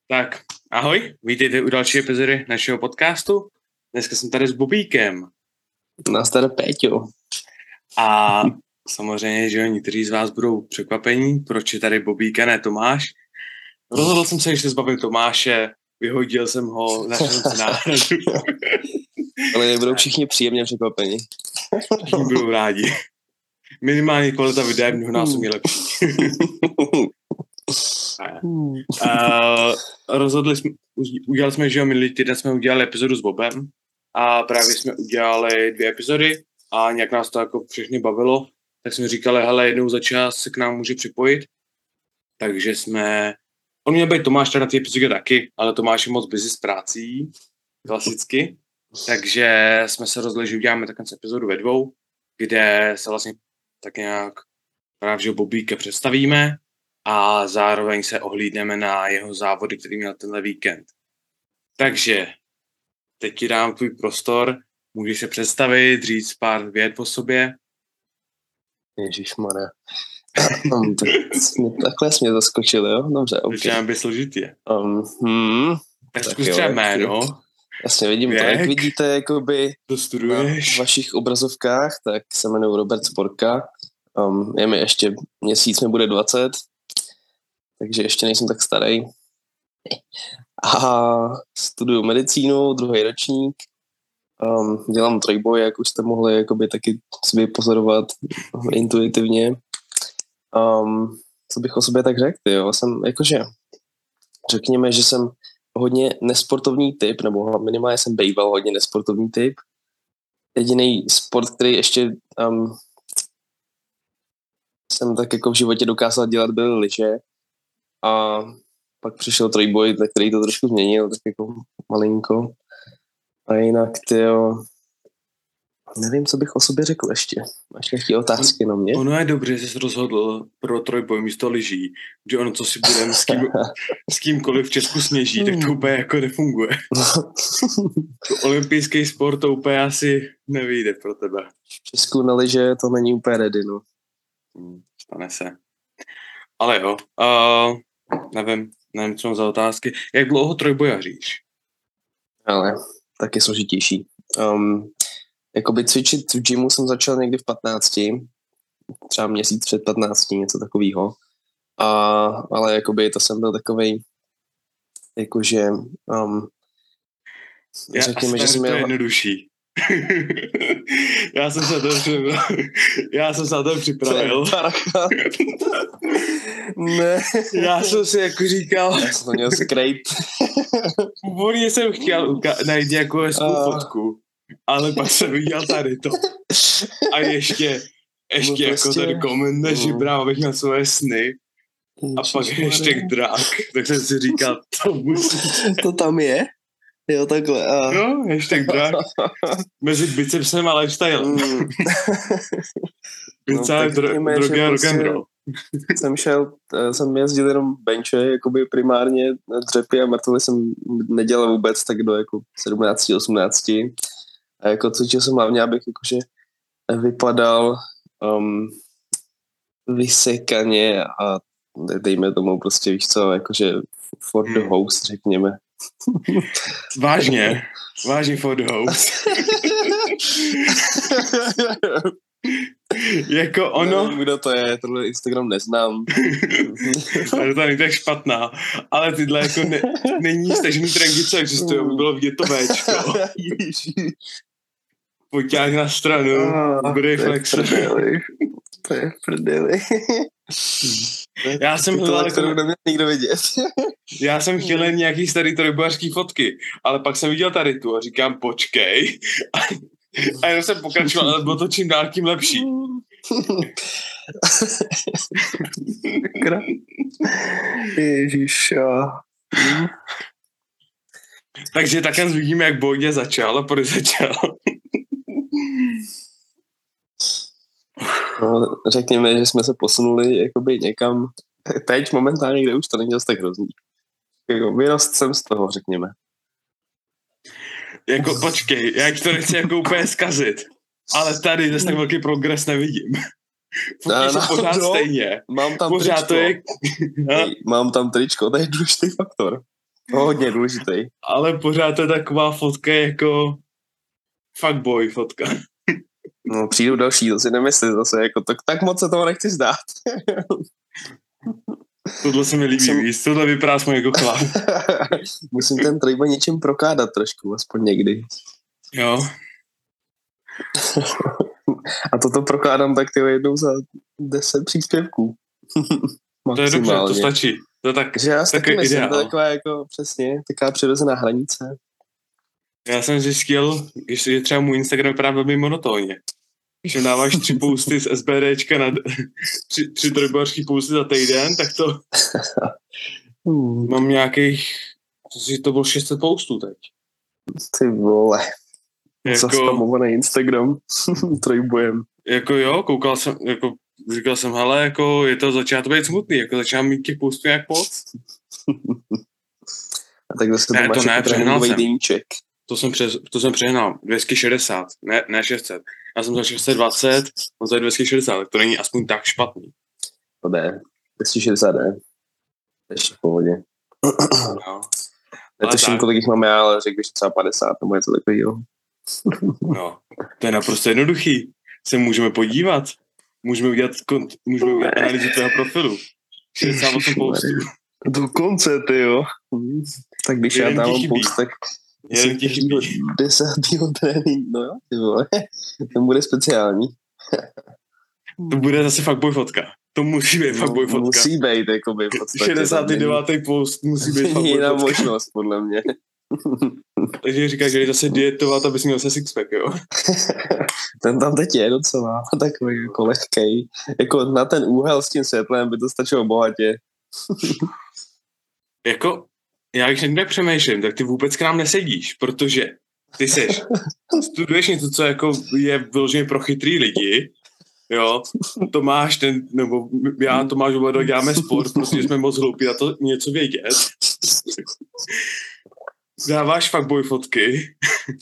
Tak, ahoj, vítejte u další epizody našeho podcastu. Dneska jsem tady s Bobíkem. Nazdar, Péťo. A samozřejmě, že někteří z vás budou překvapení, proč je tady Bobík a ne Tomáš. Rozhodl jsem se, že se zbavím Tomáše, vyhodil jsem ho, našel jsem si náhradu. Ale budou všichni příjemně překvapení. Všichni budou rádi. Minimálně kvalita videa je mnohonásobně lepší. Udělali jsme, že minulý týden jsme udělali epizodu s Bobem a právě jsme udělali 2 epizody a nějak nás to jako všechny bavilo, tak jsme říkali, hele, jednou za čas se k nám může připojit, takže on měl být Tomáš tady na té epizodě taky, ale Tomáš je moc busy s prací, klasicky, takže jsme se rozhodli, že uděláme takovou epizodu ve 2, kde se vlastně tak nějak právě Bobíka představíme a zároveň se ohlídneme na jeho závody, který měl tenhle víkend. Takže teď ti dám tvůj prostor, můžeš se představit, říct pár vět po sobě. Ježišmarja. Takhle jsi mě zaskočil, jo? Dobře, ok. Začíná být složitý. Tak zkus jo, třeba jméno. Jasně, vidím to. Jak vidíte, jakoby na vašich obrazovkách, tak se jmenuji Robert Sporka. Je mi ještě měsíc, mi bude 20, takže ještě nejsem tak starý. A studuju medicínu, 2. ročník. Dělám trojboj, jak už jste mohli jakoby taky sobě pozorovat intuitivně. Co bych o sobě tak řekl? Jo? Jsem jakože, řekněme, že jsem hodně nesportovní typ, nebo minimálně jsem býval hodně nesportovní typ. Jediný sport, který ještě jsem tak jako v životě dokázal dělat, byl lyže. A pak přišel trojboj, který to trošku změnil, tak jako malinko. A jinak, tyjo, nevím, co bych o sobě řekl ještě. Máš nějaké otázky na mě? Ono je dobře, že jsi rozhodl pro trojboj místo lyží, že ono, co si budeme s kýmkoliv v Česku sněží, tak to úplně jako nefunguje. Olympijský sport to úplně asi nevyjde pro tebe. V Česku na lyže to není úplně ready, no. Stane se. Ale jo, nevím, co mám za otázky. Jak dlouho trojbojaříš? Ale taky složitější. Jakoby cvičit v gymu jsem začal někdy v 15, třeba měsíc před 15, něco takového. Ale jakoby to jsem byl takovej, jakože řekněme, že jsem měl... jednodušší. Já jsem se na to připravil. Ne. Já jsem si jako říkal... Já jsem to měl skrejt. Původně jsem chtěl najít nějakou hezkou fotku, ale pak jsem viděl tady to. A ještě prostě, jako ten koment, že brával bych na svoje sny. A pak ještě drák. Tak jsem si říkal, to musí... To tam je? Jo, takhle. No, hashtag drák. Mezi bicepsem a lifestylem. Drogy a rock'n'roll. Jsem jezdil jenom benče, jakoby primárně dřepy a mrtvoly jsem nedělal vůbec tak do jako 17, 18. A jako cvičil jsem hlavně, abych jakože vypadal vysekaně a dejme tomu prostě, víš co, jakože for the host, řekněme. Vážně for the host. Jako ono... Nevím, kdo to je, tohle Instagram neznám. Ale to není tak špatná. Ale tyhle jako není stažený trenky, co existuje, by bylo vidět to Bčko. Poťák na stranu, bude flexer. To je prdeli. Já jsem hledal, kterou neměl nikdo vidět. Já jsem chtěl nějaký starý trojbojařský fotky, ale pak jsem viděl tady tu a říkám, počkej. A jenom jsem pokračoval, ale bylo to čím dál tím lepší. Ježiš. Takže takhle vidíme, jak Bojně začal a proč začal. No, řekněme, že jsme se posunuli jakoby někam teď momentálně, kde už to není zase tak hrozný. Jako, vyrost jsem z toho, řekněme. Jako počkej, já to nechci jako úplně zkazit, ale tady zase tak velký progres nevidím. Fotíš se pořád stejně. Mám tam pořád tričko. To je... Mám tam tričko, to je důležitý faktor. Hodně důležitý. Ale pořád to je taková fotka jako fuckboy fotka. No, přijdou další, to si nemyslím zase, jako tak moc se toho nechci zdát. Tohle se mi líbí, víc. Tohle vypadá jsme jako chlap. Musím ten Trojboy něčím prokládat trošku, aspoň někdy. Jo. A toto prokládám tak jednou za 10 příspěvků. To je dobře, to stačí. To je tak, že já si taky myslím, to je taková jako přesně, taková přirozená hranice. Já jsem zjistil, že třeba můj Instagram vypadá velmi monotónně. Když dáváš 3 posty z SBDčka na 3 trojbojařský posty za týden, tak to mám nějakých, to bylo 600 postů teď. Ty vole. Jako, zaspamovaný Instagram Trojbojem. Jako jo, koukal jsem, jako říkal jsem, hele, jako je to začíná to být smutný, jako začínám mít těch postů jak moc. A tak zase to máš jako tréninkový deníček. To jsem přehnal, 260, ne 600. Já jsem za 620, on za 260, tak to není aspoň tak špatný. To jde, 260 ne. Ještě v pohodě. No. Netuším, kolik jich mám já, ale řekl bych třeba 50, nebo něco takového. No, to je naprosto jednoduchý. Se můžeme podívat. Můžeme udělat analýzu tvého profilu. 68 postů. Dokonce, ty jo. Tak když já dávám post, tak jeden ti chybí. 10. tréninku, no jo, ty vole. To bude speciální. To bude zase fuckboy fotka. To musí být fuckboy fotka. Musí být, jakoby. 69. post musí být fuckboy fotka. Jiná možnost, podle mě. Takže říkáš, že je zase dietovat, abys měl se sixpack, jo? Ten tam teď je docela takový jako lehkej. Jako na ten úhel s tím světlem by to stačilo bohatě. Jako, já když někde přemýšlím, tak ty vůbec k nám nesedíš, protože ty studuješ něco, co jako je vyloženě pro chytrý lidi, jo, Tomáš, Tomáš Obledo, děláme sport, protože jsme moc hloupí na to něco vědět. Dáváš fuckboy fotky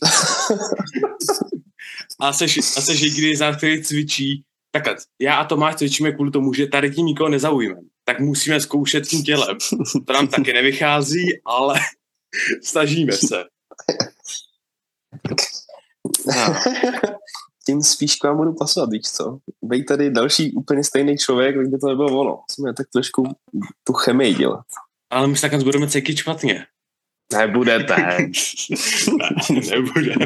a seš jediný z nás, který cvičí. Takhle, já a Tomáš cvičíme kvůli tomu, že tady tím nikoho nezaujíme. Tak musíme zkoušet tím tělem. To nám taky nevychází, ale snažíme se. No. Tím spíš k vám budu pasovat, víš co? Bej tady další úplně stejný člověk, tak by to nebylo ono. Musíme tak trošku tu chemii dělat. Ale my se takhle budeme cítit špatně. Nebudete. Nebudeme.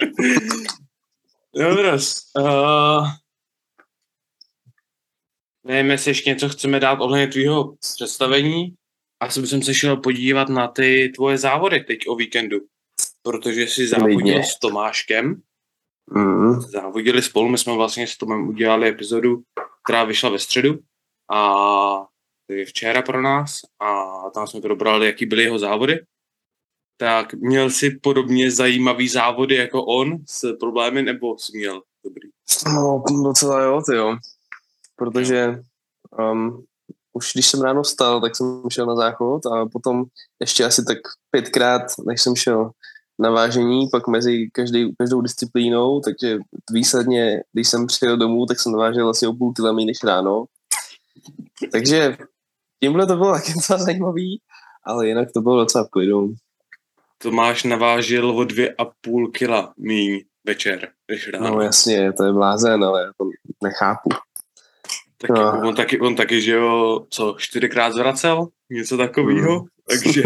Dobře. Nevím, jestli ještě něco chceme dát ohledně tvýho představení. Asi bych se šel podívat na ty tvoje závody teď o víkendu. Protože jsi závodil s Tomáškem. Závodili spolu, my jsme vlastně s Tomem udělali epizodu, která vyšla ve středu. A to je včera pro nás. A tam jsme probrali, jaký byly jeho závody. Tak měl jsi podobně zajímavý závody jako on s problémy, nebo jsi měl dobrý? No, docela jo, ty jo. Protože už když jsem ráno vstal, tak jsem šel na záchod a potom ještě asi tak 5krát, než jsem šel na vážení, pak mezi každou disciplínou, takže výsledně, když jsem přijel domů, tak jsem navážel asi o půl kila méně než ráno. Takže tímhle to bylo taky docela zajímavý, ale jinak to bylo docela v klidu. Tomáš navážil o 2,5 kila míň večer, než ráno. No jasně, to je blázen, ale já to nechápu. Tak no. on taky, že jo, 4krát zvracel? Něco takového, takže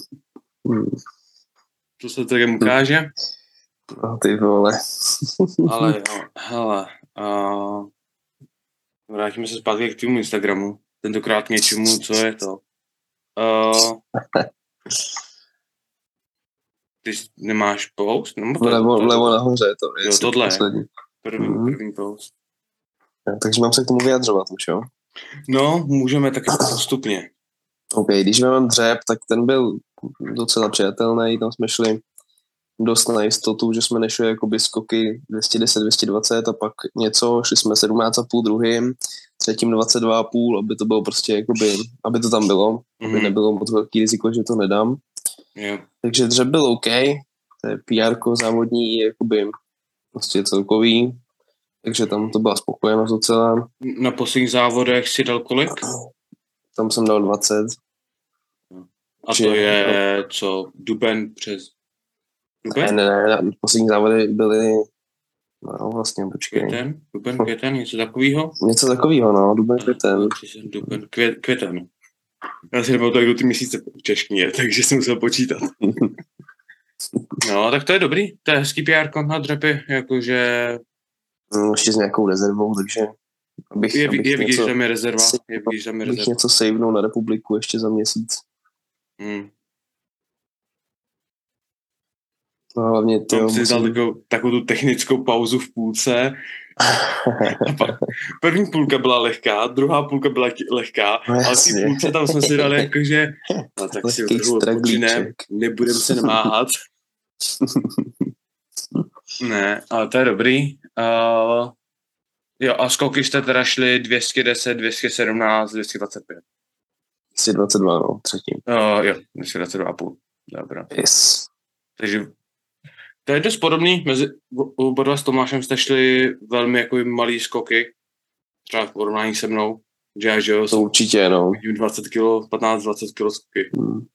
to se taky ukáže. No ty vole. Ale jo, hele, vrátíme se zpátky k tvému Instagramu, tentokrát k něčemu, co je to. Ty nemáš post? Vlevo nahoře to je. Jo, tohle je první post. Takže mám se k tomu vyjadřovat už, jo? No, můžeme taky postupně. OK, když mám dřep, tak ten byl docela přijatelný, tam jsme šli dost na jistotu, že jsme nešli jakoby skoky 210, 220 a pak něco, šli jsme 17,5 druhým, třetím 22,5, aby to bylo prostě jakoby, aby to tam bylo, aby nebylo moc velký riziko, že to nedám. Yeah. Takže dřep byl OK, to je PR závodní, jakoby prostě celkový, takže tam to byla spokojenost docela. Na posledních závodech si dal kolik? Tam jsem dal 20. A to je co? Duben přes... Duben? Ne, poslední závody byly, no vlastně, počkej. Květen, něco takového? Něco takového, no, duben, květen. Duben, květen. Já si nepamatuji, jak do ty měsíce v češtině, takže jsem musel počítat. No, tak to je dobrý. To je hezký PR na dřepy, jakože... No, ještě s nějakou rezervou, takže... Je vidět, že tam je rezerva. Abych něco savenul na republiku ještě za měsíc. No, hlavně to... Tam si dal takovou tu technickou pauzu v půlce. První půlka byla lehká, druhá půlka byla lehká, ale v té půlce tam jsme si dali jakože, no tak si trochu odpočinem, nebudem se namáhat. Ne, ale to je dobrý. Jo, a skoky jste teda šli 210, 217, 225. 222, no, třetí. Jo, 222,5. Dobrá. Yes. Takže to je dost podobný. Oba dva s Tomášem jste šli velmi jako malý skoky. Třeba v porovnání se mnou. Že jo, to určitě, no. 20 kg, 15-20 kg skoky.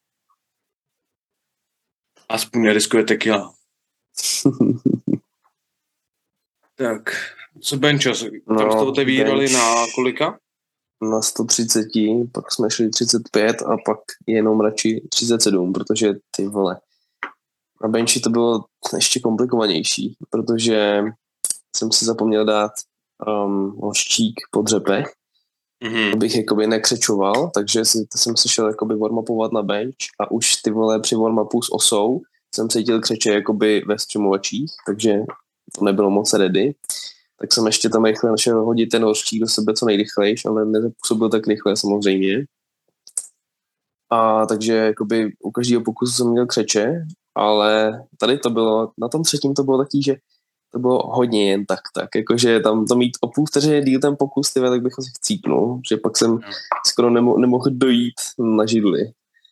Aspoň neriskujete kila. Tak, co Benčo? Tam jste otevírali na kolika? Na 130, pak jsme šli 35 a pak jenom radši 37, protože ty vole. Na benchi to bylo ještě komplikovanější, protože jsem si zapomněl dát hoštík po dřepech, abych jakoby nekřečoval, takže jsem se šel jakoby warmupovat na bench a už ty vole při warmupu s osou jsem cítil křeče jakoby ve střemovačích, takže to nebylo moc ready. Tak jsem ještě tam rychle našel hodit ten hoštík do sebe co nejrychlejš, ale nezapůsobil tak rychle samozřejmě. A takže jakoby u každého pokusu jsem měl křeče, ale tady to bylo, na tom třetím to bylo taky, že to bylo hodně jen tak, jakože tam to mít o půl vteřiny díl ten pokus, tak bych asi chcípnul, že pak jsem skoro nemohl dojít na židli.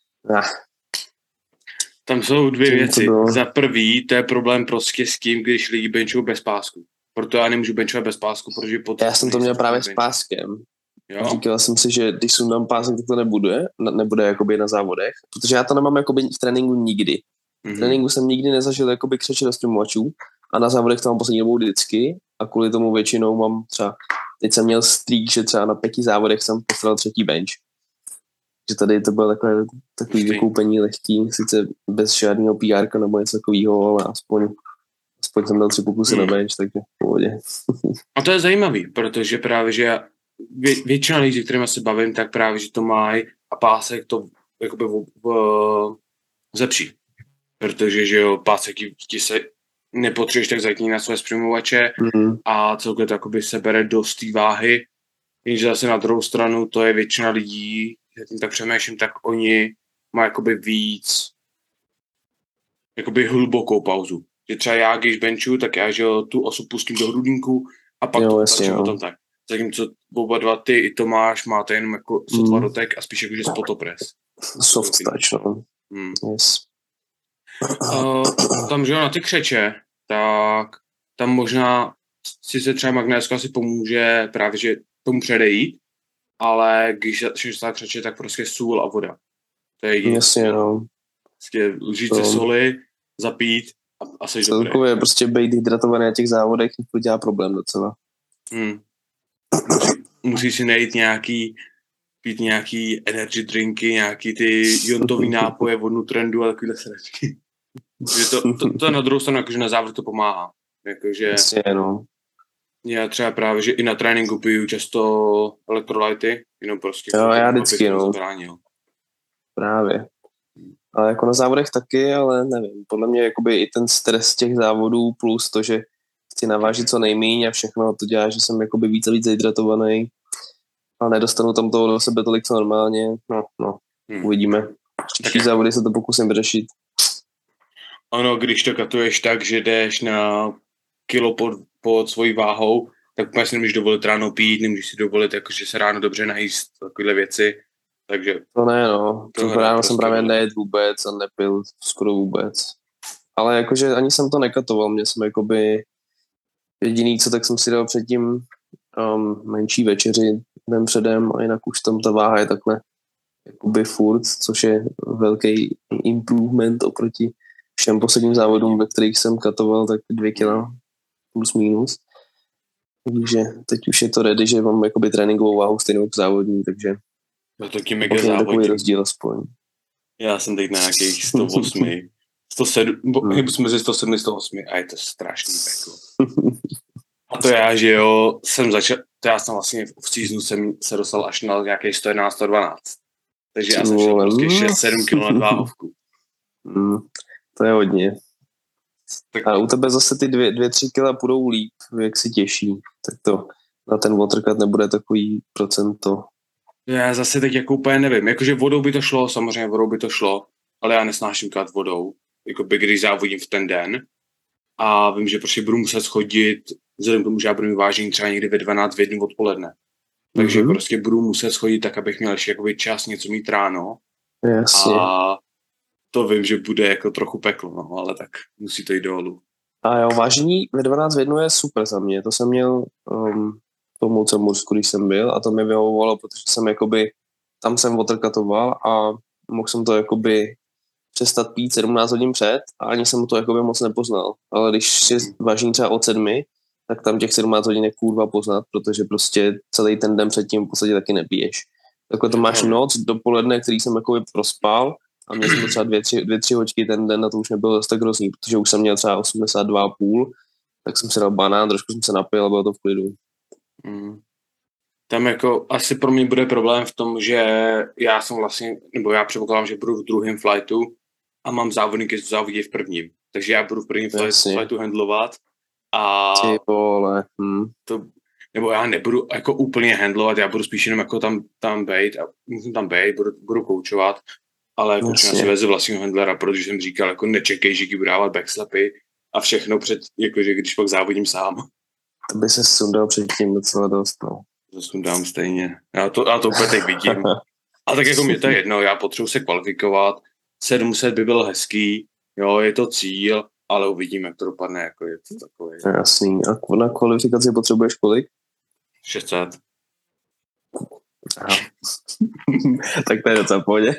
Tam jsou dvě věci. Za prvý, to je problém prostě s tím, když lidi benčují bez pásku. Proto já nemůžu benčovat bez pásku, protože já jsem to měl právě s páskem. Jo? Říkal jsem si, že když sundám pásek, tak to nebude jakoby na závodech, protože já to nemám jakoby v tréninku nikdy. V tréninku jsem nikdy nezažil jakoby křeče do streamovačů a na závodech to mám poslední dobou vždycky a kvůli tomu většinou mám třeba, teď jsem měl streak, že třeba na 5 závodech jsem poslal 3. bench. Že tady to bylo takový vykoupení lehký, sice bez žádného PR nebo něco takového, ale aspoň jsem dal 3 pokusy na bench, takže v pohodě. A to je zajímavý, protože právě, že většina lidí, kterými se bavím, tak právě, že to mají a pásek to jakoby zlepší. Protože, že jo, pásek ti se nepotřebuješ tak zatím na své zpřímovače a celkově to jakoby sebere dost té váhy. Jenže zase na druhou stranu to je většina lidí, že tím tak přemýšlím, tak oni mají jakoby víc jakoby hlubokou pauzu. Že třeba já, když benču, tak já, že jo, tu osu pustím do hrudníku a pak to začnu potom tak. Zatímco oba dva ty i Tomáš máte jenom jako sotva dotek a spíš jakože spotopres. Soft touch, no. Yes. Tam, že jo, na ty křeče, tak tam možná si se třeba magnétka asi pomůže právě, že tomu předejít, ale když se křeče, tak prostě sůl a voda. To je jediné. Jasně, no. Prostě lžít si soli, zapít a seš dobrý. Celkově prostě být hydratovaný na těch závodech to dělá problém docela. Musíš si najít pít nějaký energy drinky, nějaký ty jontový nápoje od Nutrendu a takovýhle sračky. To na druhou stranu, jakože na závod to pomáhá. Jakože jasně, no. Já třeba právě, že i na tréninku piju často elektrolyty, jenom prostě. Jo, já vždycky, no. Právě. Ale jako na závodech taky, ale nevím. Podle mě jakoby i ten stres těch závodů plus to, že chci navážit co nejméně a všechno, to dělá, že jsem jakoby víc a víc hydratovaný a nedostanu tam toho do sebe tolik, co normálně. Uvidíme. Příští závody se to pokusím vyřešit. Ono, když to katuješ tak, že jdeš na kilo pod svojí váhou, tak úplně si nemůžeš dovolit ráno pít, nemůžeš si dovolit jakože se ráno dobře najíst, takovéhle věci. Takže to ne, no. To ráno jsem právě nejedl vůbec a nepil skoro vůbec. Ale jakože ani jsem to nekatoval, mě jsem jakoby jediný, co tak jsem si dal předtím menší večeři den předem a jinak už tam ta váha je takhle jakoby furt, což je velký improvement oproti všem posledním závodům, ve kterých jsem katoval tak 2 kila plus minus. Takže teď už je to ready, že mám jakoby tréninkovou váhu stejnou k závodní, takže No to tím pak je je takový závodní. rozdíl aspoň. Já jsem teď na nějakých 108, 107, hybu jsme mezi 107 a 108 a je to strašný peklo. A to já, že jo, já jsem vlastně v seasonu jsem se dostal až na nějaký 111, 112. Takže já jsem šel prostě 6-7 kg na dváhovku. To je hodně. Tak... A u tebe zase ty 2-3 kila půjdou líp, jak si těší. Tak to na ten watercut nebude takový procento. Já zase teď jako úplně nevím. Jakože vodou by to šlo, samozřejmě vodou by to šlo, ale já nesnáším kat vodou. Jakoby když závodím v ten den. A vím, že prostě budu muset schodit, vzhledem k tomu, že já budu mít vážení třeba někdy ve 12 v 1 odpoledne. Takže prostě budu muset schodit tak, abych měl ještě jakoby čas něco mít ráno. Jasně. A to vím, že bude jako trochu peklo, no, ale tak musí to jít dolů. A jo, vážení ve 12 v 1 je super za mě. To jsem měl v tom Lucembursku, když jsem byl, a to mi vyhovovalo, protože jsem jakoby, tam jsem watercutoval a mohl jsem to jakoby přestat pít 17 hodin před a ani jsem to jakoby moc nepoznal. Ale když si vážení třeba od 7, tak tam těch 17 hodin je kurva poznat, protože prostě celý ten den předtím v podstatě taky nepiješ. Takhle to máš noc, dopoledne, který jsem jakoby prospal a měl jsem třeba 2-3 hoďky ten den a to už nebylo zase tak hrozný, protože už jsem měl třeba 82,5, tak jsem si dal banán, trošku jsem se napil a bylo to v klidu. Tam jako asi pro mě bude problém v tom, že já jsem vlastně, nebo já předpokládám, že budu v druhém flightu a mám závodníky, co závodí v prvním. Takže já budu v prvním flightu handlovat a ty vole. To, nebo já nebudu jako úplně handlovat, já budu spíš jenom jako tam bejt a musím tam bejt, budu koučovat, ale koučovat si vezme vlastního handlera, protože jsem říkal, jako nečekej, že budu dávat backslapy a všechno před, jakože když pak závodím sám. To by se sundal předtím docela dost, no. To sundám stejně. Já to úplně teď vidím. A tak jako mě to je jedno, já potřebuji se kvalifikovat, 700 by byl hezký, jo, je to cíl, ale uvidíme, jak to dopadne, jako je to takové. Jasný. A na kvalifikaci potřebuješ kolik? 600. Aha. Tak to je docela v pohodě.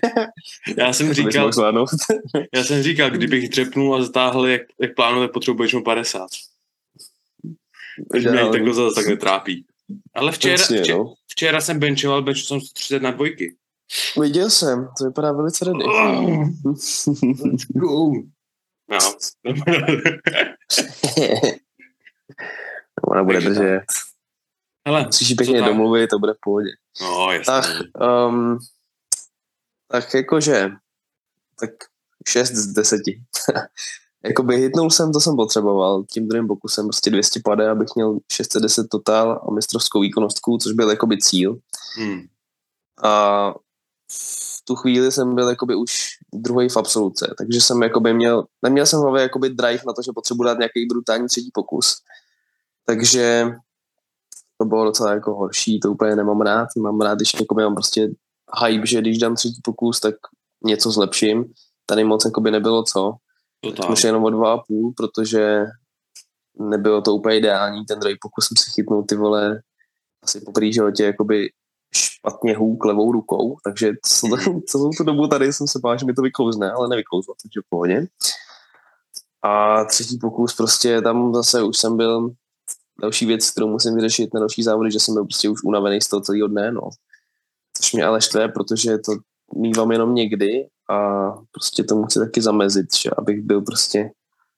Já jsem říkal, kdybych dřepnul a zatáhl, jak plánuje, potřebuješ mu 50. Takže mě takhle zase tak netrápí. Ale včera jsem benchoval jsem 130 na dvojky. Viděl jsem, to vypadá velice ready. No. Ona bude držet. Hele, musíš jí pěkně domluvit, to bude v pohodě. No, jasně. Tak jakože, tak 6 z 10. Jakoby hitnul jsem, to jsem potřeboval. Tím druhým pokusem prostě 200 pade, abych měl 610 totál a mistrovskou výkonnostku, což byl jakoby cíl. A v tu chvíli jsem byl jakoby už druhý v absolutce, takže jsem jakoby neměl jsem v hlavě jakoby drive na to, že potřebuji dát nějaký brutální třetí pokus. Takže to bylo docela jako horší, to úplně nemám rád. Mám rád, když jakoby mám prostě hype, že když dám třetí pokus, tak něco zlepším. Tady moc jakoby nebylo co. Jsme šli jenom o 2,5, protože nebylo to úplně ideální. Ten druhý pokus jsem si chytnul, ty vole, asi po první životě jakoby špatně hůk levou rukou, takže celou tu dobu tady jsem se bál, že mi to vyklouzne, ale nevyklouzlo, takže v pohodě. A třetí pokus prostě tam zase už jsem byl další věc, kterou musím vyřešit na další závody, že jsem byl prostě už unavený z toho celého dne, no. Což mě ale štve, protože to mívám jenom někdy a prostě to musím taky zamezit, že abych byl prostě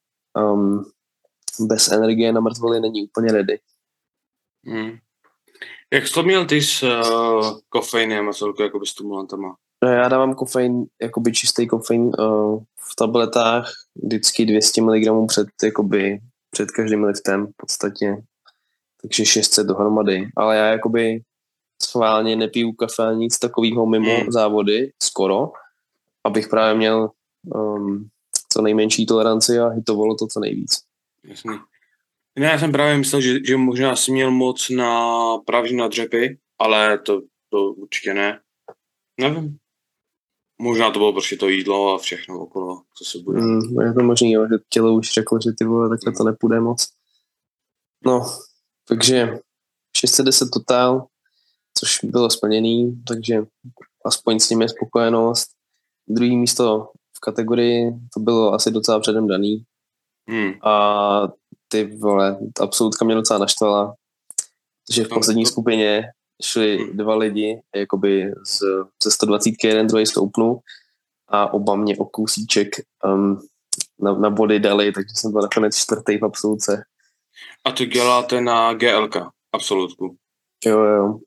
bez energie na mrtvoli není úplně ready. Jak jsi to měl ty s kofeinem a celkou jakoby stimulantama? Já dávám kofein, jakoby čistý kofein v tabletách, vždycky 200 mg před každým liftem v podstatě, takže 600 dohromady, ale já jakoby schválně nepiju kafe ani nic takového mimo závody, skoro, abych právě měl co nejmenší toleranci a hitovalo to co nejvíc. Jasný. Já jsem právě myslel, že možná jsi měl moc právě na dřepy, ale to určitě ne. Nevím. Možná to bylo prostě to jídlo a všechno okolo, co se bude. Je to možný, jo, že tělo už řeklo, že ty vole, takhle to nepůjde moc. No, takže 610 totál, což bylo splněný, takže aspoň s ním je spokojenost. Druhý místo v kategorii, to bylo asi docela předem daný. A ty vole, ta absolutka mě docela naštvala, že v poslední skupině šli dva lidi, jakoby ze 120 jeden druhý stoupnul a oba mě o kousíček na body dali, takže jsem byl nakonec čtvrtý v absolutce. A to děláte na GLK, absolutku. Jo.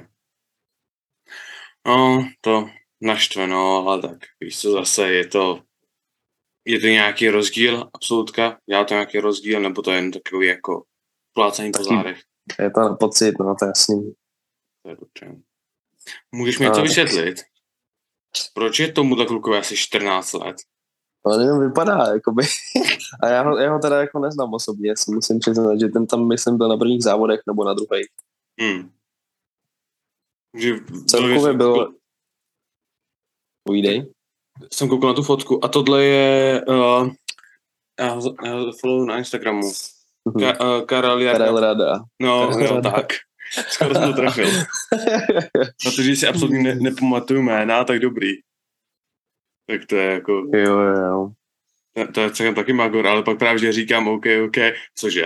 No, to naštve, no, ale tak, víš co, zase je to nějaký rozdíl, absolutka, dělá to nějaký rozdíl, nebo to je jen takový jako plácení po zádech? Je to na pocit, no, to je jasný. To je dobře. Můžeš mi něco vysvětlit? Proč je tomuhle klukovi asi 14 let? On jenom vypadá, jakoby. A já ho teda jako neznám osobně, si musím přiznat, že ten tam, myslím, byl na prvních závodech nebo na druhých. Celkově byl... Ujdej. Jsem koukal na tu fotku a tohle je... já ho follow na Instagramu. Karel Rada. No, tak. Skoro jsem to trefil. Protože si absolutně nepamatuju jména, tak dobrý. Tak to je jako... Jo. To je celkem taky magor, ale pak právě říkám OK, cože?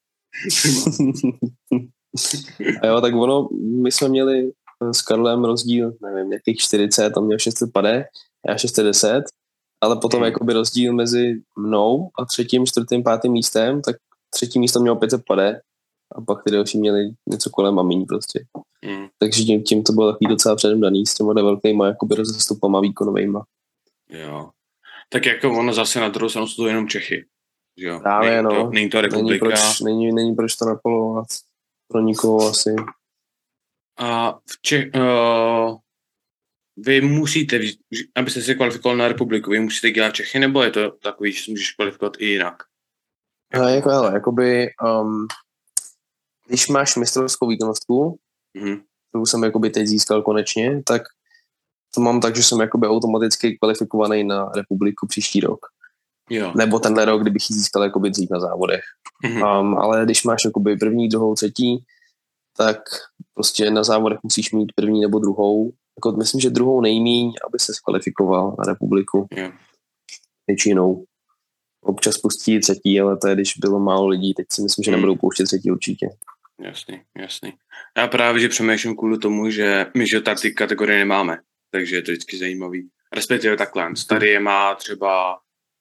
A jo, tak ono, my jsme měli s Karlem rozdíl, nevím, nějakých 40, on měl 650, já 610, ale potom jakoby rozdíl mezi mnou a třetím, čtvrtým, pátým místem, tak třetí místo mělo 550 a pak ty další měli něco kolem a míň prostě. Takže tím to bylo takový docela předem daný s těma velkýma jakoby rozestupama výkonovejma. Jo. Tak jako ono zase na druhou stranu jsou to jenom Čechy. Jo. Právě není to republika. Není proč to napolovat pro nikoho asi. A vy musíte, abyste se kvalifikoval na republiku, vy musíte dělat Čechy, nebo je to takový, že se můžeš kvalifikovat i jinak? Když máš mistrovskou výkonnostku, kterou jsem jakoby teď získal konečně, tak to mám tak, že jsem jakoby automaticky kvalifikovaný na republiku příští rok. Jo. Nebo tenhle rok, kdybych ji získal jakoby dřív na závodech. Ale když máš jakoby první, druhou, třetí, tak prostě na závodech musíš mít první nebo druhou. Jako myslím, že druhou nejmíň, aby se kvalifikoval na republiku. Jo. Většinou. Občas pustí třetí, ale to je, když bylo málo lidí, teď si myslím, že nebudou pouštět třetí určitě. Jasný. Já právě, že přemýšlím kvůli tomu, že my že tady ty kategorie nemáme, takže je to vždycky zajímavý. Respektive takhle. Starý je má třeba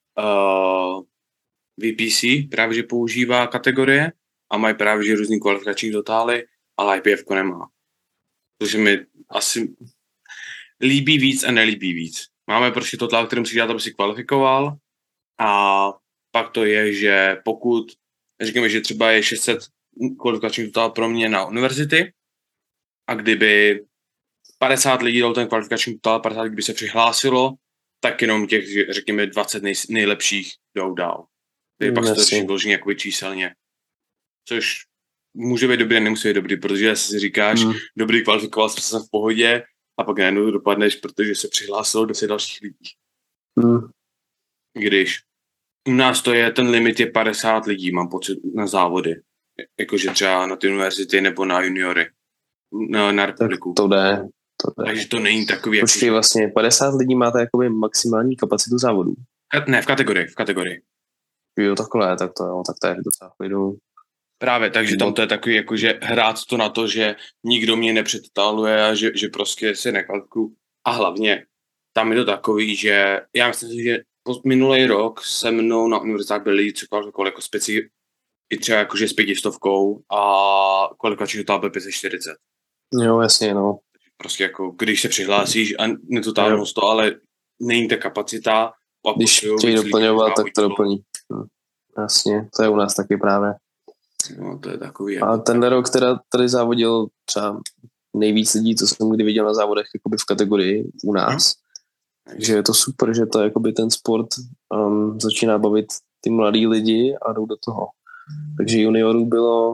VPC, právě že používá kategorie a mají právě že různý kvalifikační totály, ale IPF nemá. Což mi asi líbí víc a nelíbí víc. Máme prostě totál, který musí dělat, aby si kvalifikoval a pak to je, že pokud říkáme, že třeba je 600 kvalifikační totál pro mě na univerzity a kdyby 50 lidí dalo ten kvalifikační totál, 50 lidí by se přihlásilo, tak jenom těch, řekněme, 20 nejlepších jdou dál. Takže pak se to řeší vložení jakoby číselně. Což může být dobrý a nemusí být dobrý, protože si říkáš, dobrý, kvalifikoval jsem v pohodě a pak najednou dopadneš, protože se přihlásilo 10 dalších lidí. Když u nás to je, ten limit je 50 lidí, mám pocit, na závody. Jakože třeba na ty univerzity nebo na juniory. Na republiku. To jde. Takže to není takový... Počkej, vlastně 50 lidí máte jakoby maximální kapacitu závodů. Ne, v kategorii. Jo, takhle, tak to je docela klidu. Právě, takže tam to je takový, jakože hrát to na to, že nikdo mě nepředtáluje a že prostě se nekvalifikuju. A hlavně, tam je to takový, že já myslím, že minulý rok se mnou na univerzitách byli co kvalifikovali jako i třeba jakože s 500 a kvalifikační totál byl 540. Jo, jasně, no. Prostě jako, když se přihlásíš a netotálnost to, ale není ta kapacita. Když chtějí doplňovat, tak to doplní. Jasně, to je u nás taky právě. No, to je takový. A tenhle rok teda tady závodil třeba nejvíc lidí, co jsem kdy viděl na závodech jakoby v kategorii u nás. Takže je to super, že to jakoby ten sport začíná bavit ty mladý lidi a jdou do toho. Takže juniorů bylo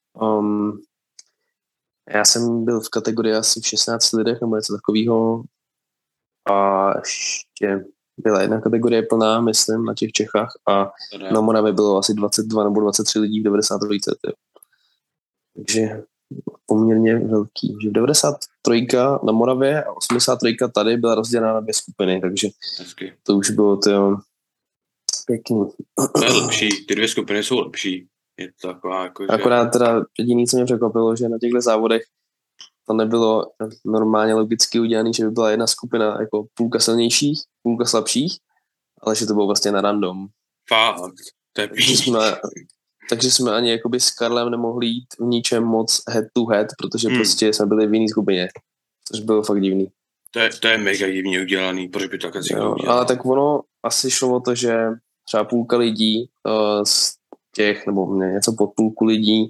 já jsem byl v kategorii asi v 16 lidech nebo něco takového a ještě byla jedna kategorie plná, myslím, na těch Čechách a na Moravě bylo asi 22 nebo 23 lidí v 93. Takže poměrně velký. Že 93 na Moravě a 83 tady byla rozdělená na 2 skupiny, takže Hezky. to už bylo to pěkný. To je lepší, ty 2 skupiny jsou lepší. Je to taková jako, že... Akorát teda jediný, co mě překvapilo, že na těchto závodech to nebylo normálně logicky udělané, že by byla jedna skupina jako půlka silnějších, půlka slabších, ale že to bylo vlastně na random. Fakt, to je Takže jsme ani jakoby s Karlem nemohli jít v ničem moc head to head, protože prostě jsme byli v jiné skupině, což bylo fakt divný. To je mega divně udělaný, proč by to takhle si udělal. Ale tak ono asi šlo o to, že třeba půlka lidí z těch, nebo něco pod půlku lidí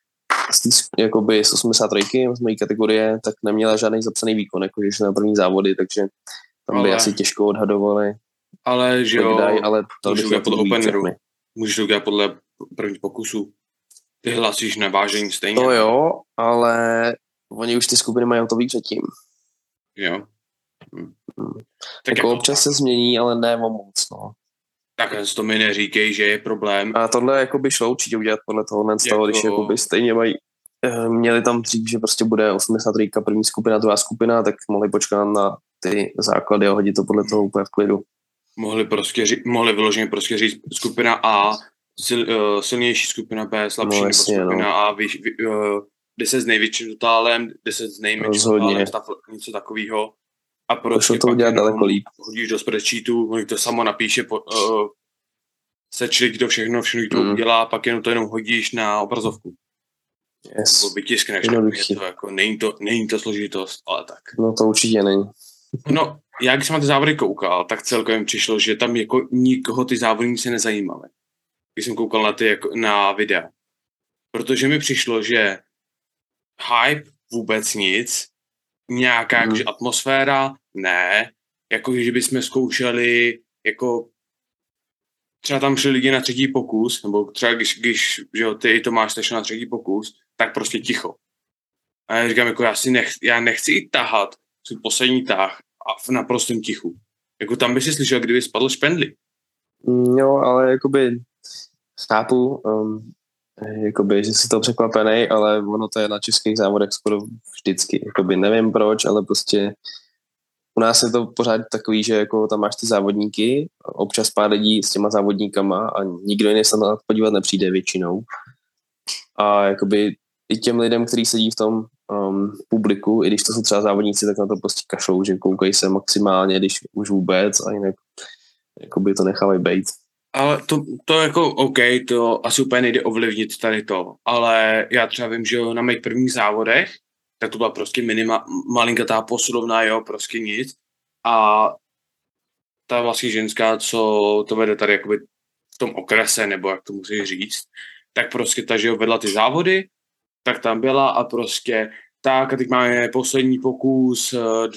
jakoby z 83, z mojí kategorie, tak neměla žádný zapsaný výkon, jakože šli na první závody, takže tam by asi těžko odhadovali. Ale že jo, ale to můžeš to udělat podle openeru. Můžeš to udělat podle prvních pokusů. Ty hlasíš na vážení stejně. To jo, ale oni už ty skupiny mají hotový předtím. Jo. Tak jako občas se změní, ale ne o moc, no. Tak to mi neříkej, že je problém. A tohle jakoby šlo určitě udělat podle toho, když jakoby stejně mají, měli tam dřív, že prostě bude 83 první skupina, druhá skupina, tak mohli počkat na ty základy a hodit to podle toho úplně v klidu. Mohli vyloženě prostě říct skupina A, silnější skupina B, slabší, nebo skupina A, 10 s největším totálem, 10 s nejmenším totálem, něco takového. A prostě to udělat daleko líp. Hodíš do spreadsheetu, on to samo napíše, sečli to všechno to udělá, pak jenom to hodíš na obrazovku. Yes. Nebo vytiskneš, to jako, není to složitost, ale tak. No to určitě není. No, já když jsem na ty závody koukal, tak celkově mi přišlo, že tam jako nikoho ty závodníci nezajímaly. Když jsem koukal na videa. Protože mi přišlo, že hype vůbec nic, nějaká jakože atmosféra, ne, jakože bychom zkoušeli, jako třeba tam šli lidi na 3. pokus, nebo třeba když že jo, ty Tomáš šel na 3. pokus, tak prostě ticho. A já říkám, jako já nechci jít tahat svůj poslední tah a v naprostém tichu. Jako tam by si slyšel, kdyby spadl špendlí. Jo, ale jakoby chápu, jakoby, že jsi to překvapený, ale ono to je na českých závodech skoro vždycky. Jakoby nevím proč, ale prostě u nás je to pořád takový, že jako tam máš ty závodníky, občas pár lidí s těma závodníkama a nikdo jiný se na to podívat nepřijde většinou. A jakoby i těm lidem, kteří sedí v tom publiku, i když to jsou třeba závodníci, tak na to prostě kašlou, že koukají se maximálně, když už vůbec a jinak jakoby to nechávají bejt. Ale to jako OK, to asi úplně nejde ovlivnit tady to, ale já třeba vím, že na mých prvních závodech, tak to byla prostě malinkatá posilovna, jo, prostě nic. A ta vlastně ženská, co to vede tady jakoby v tom okrese, nebo jak to musí říct, tak prostě ta, že jo, vedla ty závody, tak tam byla a prostě tak a teď máme poslední pokus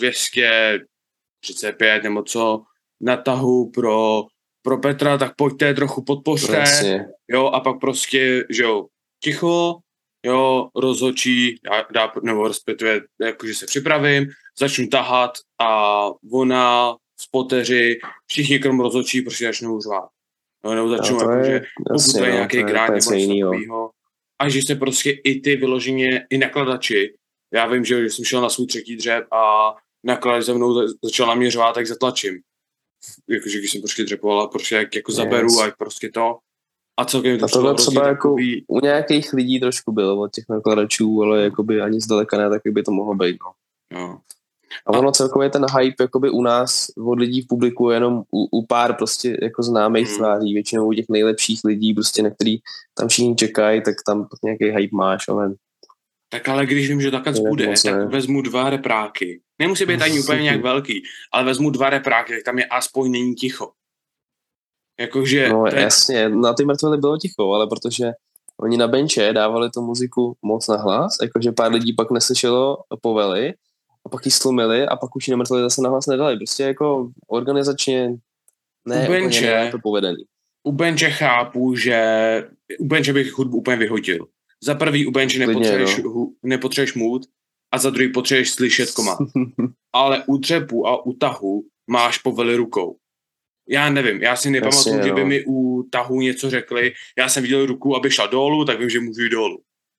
235 nebo co na tahu pro Petra, tak pojďte trochu podpořte, jo, a pak prostě, že jo, ticho, jo, rozhodčí, nebo respektive, jakože se připravím, začnu tahat a ona, spoteři, všichni krom rozhodčí, prostě začnou řvát. No, nebo začnou, jakože pokud to je nějaký grát nebo něco takového. A že se prostě i ty vyloženě, i nakladači, já vím, že jsem šel na svůj 3. dřep a nakladač ze mnou začal na mě řvát, tak zatlačím. Jakože když jsem prostě dřepovala, prostě jako zaberu a prostě to. A celkem to tohle třeba jako u nějakých lidí trošku bylo od těch nakladačů, ale jakoby ani zdaleka ne, tak by to mohlo být. No. Jo. A ono celkově ten hype jakoby u nás od lidí v publiku jenom u pár prostě jako známých tváří, většinou u těch nejlepších lidí, prostě na který tam všichni čekají, tak tam nějaký hype máš, ale... Tak ale když vím, že takhle bude, tak vezmu 2 repráky. Nemusí být ani úplně nějak velký, ale vezmu 2 repráky, tak tam je aspoň není ticho. Jakože... No jasně, na ty mrtvoly bylo ticho, ale protože oni na benče dávali tu muziku moc na hlas, jakože pár lidí pak neslyšelo povely, a pak ji slumili a pak už ji na mrtvoly zase na hlas nedali. Prostě jako organizačně úplně to povedený. U benče chápu, že u benče bych hudbu úplně vyhodil. Za prvý u benče nepotřebuješ mood a za druhý potřebuješ slyšet komand. Ale u dřepu a u tahu máš povely rukou. Já nevím, já si nepamatuju, že by mi u tahu něco řekli. Já jsem viděl ruku, aby šla dolů, tak vím, že můžu jít dolů.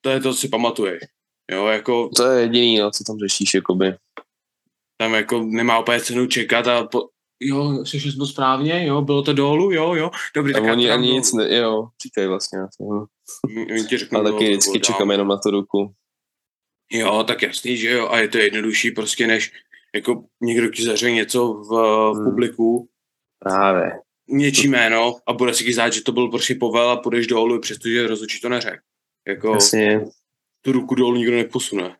to je to, co si pamatuješ. Jo, jako... To je jediný, no, co tam řešíš, jakoby. Tam jako nemá úplně cenu čekat a jo, slyšel jsem to správně, jo, bylo to dolů, jo, dobrý, tak oni já ani nic jo, říkají vlastně. Oni ti řeknou, ale taky vždycky čekám jenom na tu ruku. Jo, tak jasný, že jo, a je to jednodušší prostě, než jako někdo ti zaře něco v publiku. Právě. Něčí jméno a bude si zdát, že to byl prostě povel a půjdeš dolů, přestože rozhodčí to neřekl. Jako jasně. Tu ruku dolů nikdo neposune.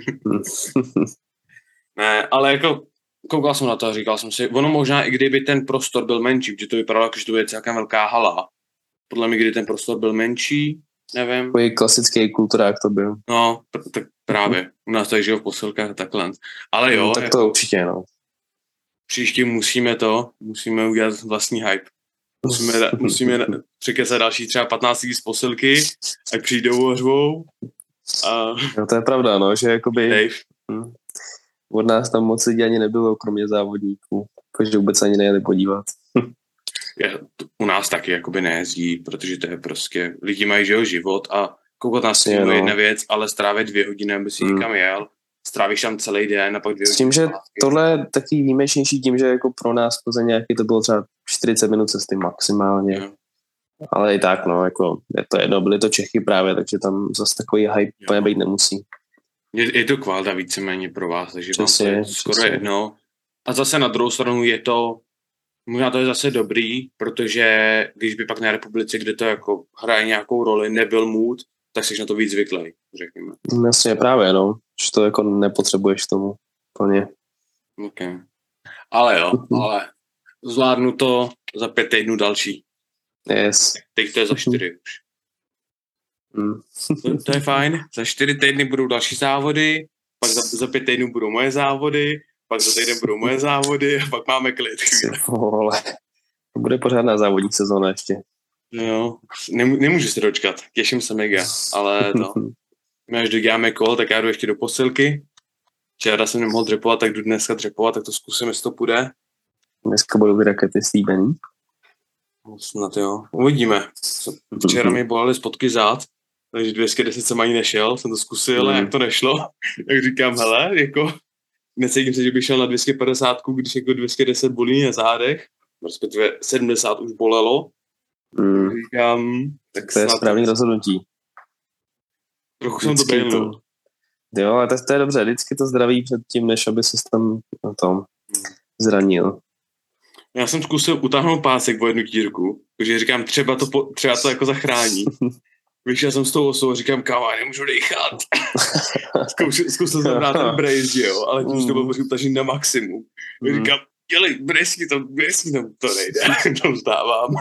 Ne, ale jako koukal jsem na to a říkal jsem si, ono možná i kdyby ten prostor byl menší, protože to vypadalo jako, že to bude celkem velká hala. Podle mě, kdy ten prostor byl menší, nevím. Takový klasický kulturák to byl. No, tak právě. U nás tady žijou v posilkách a takhle. Ale jo. Tak to určitě, no. Příště musíme udělat vlastní hype. Musíme přikecat další třeba 15 lidí z posilky, ať přijdou a řvou. No to je pravda, no, že jakoby od nás tam moc lidí ani nebylo, kromě závodníků. Takže vůbec ani nejeli podívat. U nás taky jakoby nejezdí, protože to je prostě, lidi mají život a koukat nás je jedna věc, ale strávit 2 hodiny, aby si někam jel, strávíš tam celý den a pak 2 hodiny. S tím, že tohle je taky výjimečnější tím, že jako pro nás v Plzeňáky to bylo třeba 40 minut cesty maximálně. Jo. Ale i tak, no, jako je to jedno, byly to Čechy právě, takže tam zase takový hype úplně být nemusí. Je to kvalita víceméně pro vás, takže vám to je skoro jedno. A zase na druhou stranu je to, možná to je zase dobrý, protože když by pak na republice, kde to jako hraje nějakou roli, nebyl mood, tak jsi na to víc zvyklý, řekněme. Jasně, právě, no. Že to jako nepotřebuješ tomu plně. Okay. Ale jo, ale zvládnu to za 5 týdnů další. Yes. Teď to je za 4 už. To je fajn. Za 4 týdny budou další závody, pak za 5 týdnů budou moje závody, pak za týden budou moje závody a pak máme klid. To bude pořádná závodní sezóna ještě. Jo, nemůžu se dočkat. Těším se mega, ale to. My až doděláme kol, tak já jdu ještě do posilky. Včera jsem nemohl dřepovat, tak jdu dneska dřepovat, tak to zkusím, jestli to půjde. Dneska budou ty rakety slíbený. Snad jo. Uvidíme. Včera mi bolely spotky zad, takže 210 jsem ani nešel, jsem to zkusil a jak to nešlo, tak říkám, hele, jako necítím se, že bych šel na 250, když jako 210 bolí na zádech, respektive 70 už bolelo. Říkám, tak to je správný rozhodnutí. Trochu jsem to bejlil. Jo, ale to je dobře, vždycky to zdraví před tím, než aby ses tam na tom zranil. Já jsem zkusil utáhnout pásek o jednu dírku, takže říkám, třeba to jako zachrání. Vyšel jsem s tou osou a říkám, kámo, nemůžu dechat. Zkusil jsem brát ten brace, jo, ale tím to bylo utažený na maximum. Říkám, dělej, brace to nejde, to vzdávám.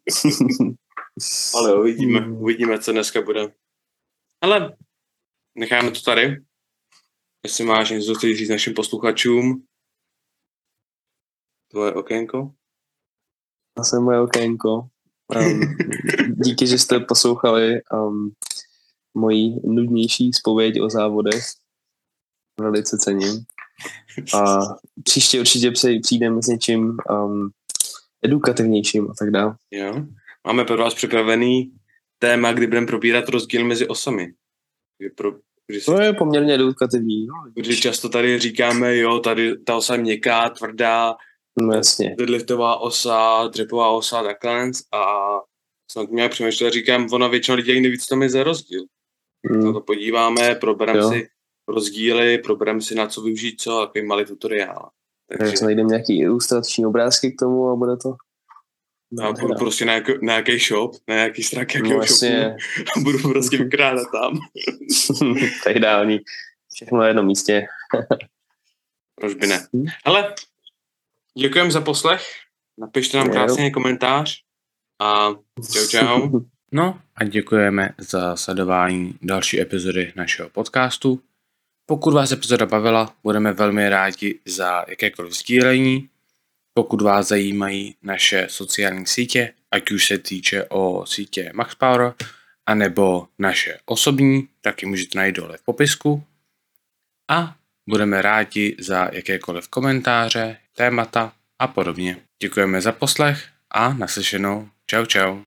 Ale jo, uvidíme, co dneska bude. Ale necháme to tady. Jestli máš něco, co chceš říct našim posluchačům. Tvoje okénko? Zase moje okénko. Díky, že jste poslouchali moji nudnější zpověď o závodech. Velice cením. A příště určitě přijdeme s něčím edukativnějším a tak dále. Jo. Máme pro vás připravený téma, kdy budeme probírat rozdíl mezi osami. To je poměrně edukativní. Protože často tady říkáme, jo, tady ta osa je měkká, tvrdá, deadliftová osa, dřepová osa, takhle. A snad mě přemýšlel, říkám, ona většina lidí ani neví, co tam je za rozdíl. Na to podíváme, probereme si rozdíly, probereme si na co využít co, takový malý tutoriál. Takže najdeme nějaký ilustrační obrázky k tomu a bude to. Já budu prostě na nějaký shop, na nějaký strak jakého shopu a budu prostě vykrádat tam. To je ideální. Všechno na jednom místě. Proč by ne? Hele, děkujeme za poslech. Napište nám krásný komentář a čau. No a děkujeme za sledování další epizody našeho podcastu. Pokud vás epizoda bavila, budeme velmi rádi za jakékoliv sdílení. Pokud vás zajímají naše sociální sítě, ať už se týče o sítě MaxPower, anebo naše osobní, tak ji můžete najít dole v popisku. A budeme rádi za jakékoliv komentáře, témata a podobně. Děkujeme za poslech a naslyšenou. Čau.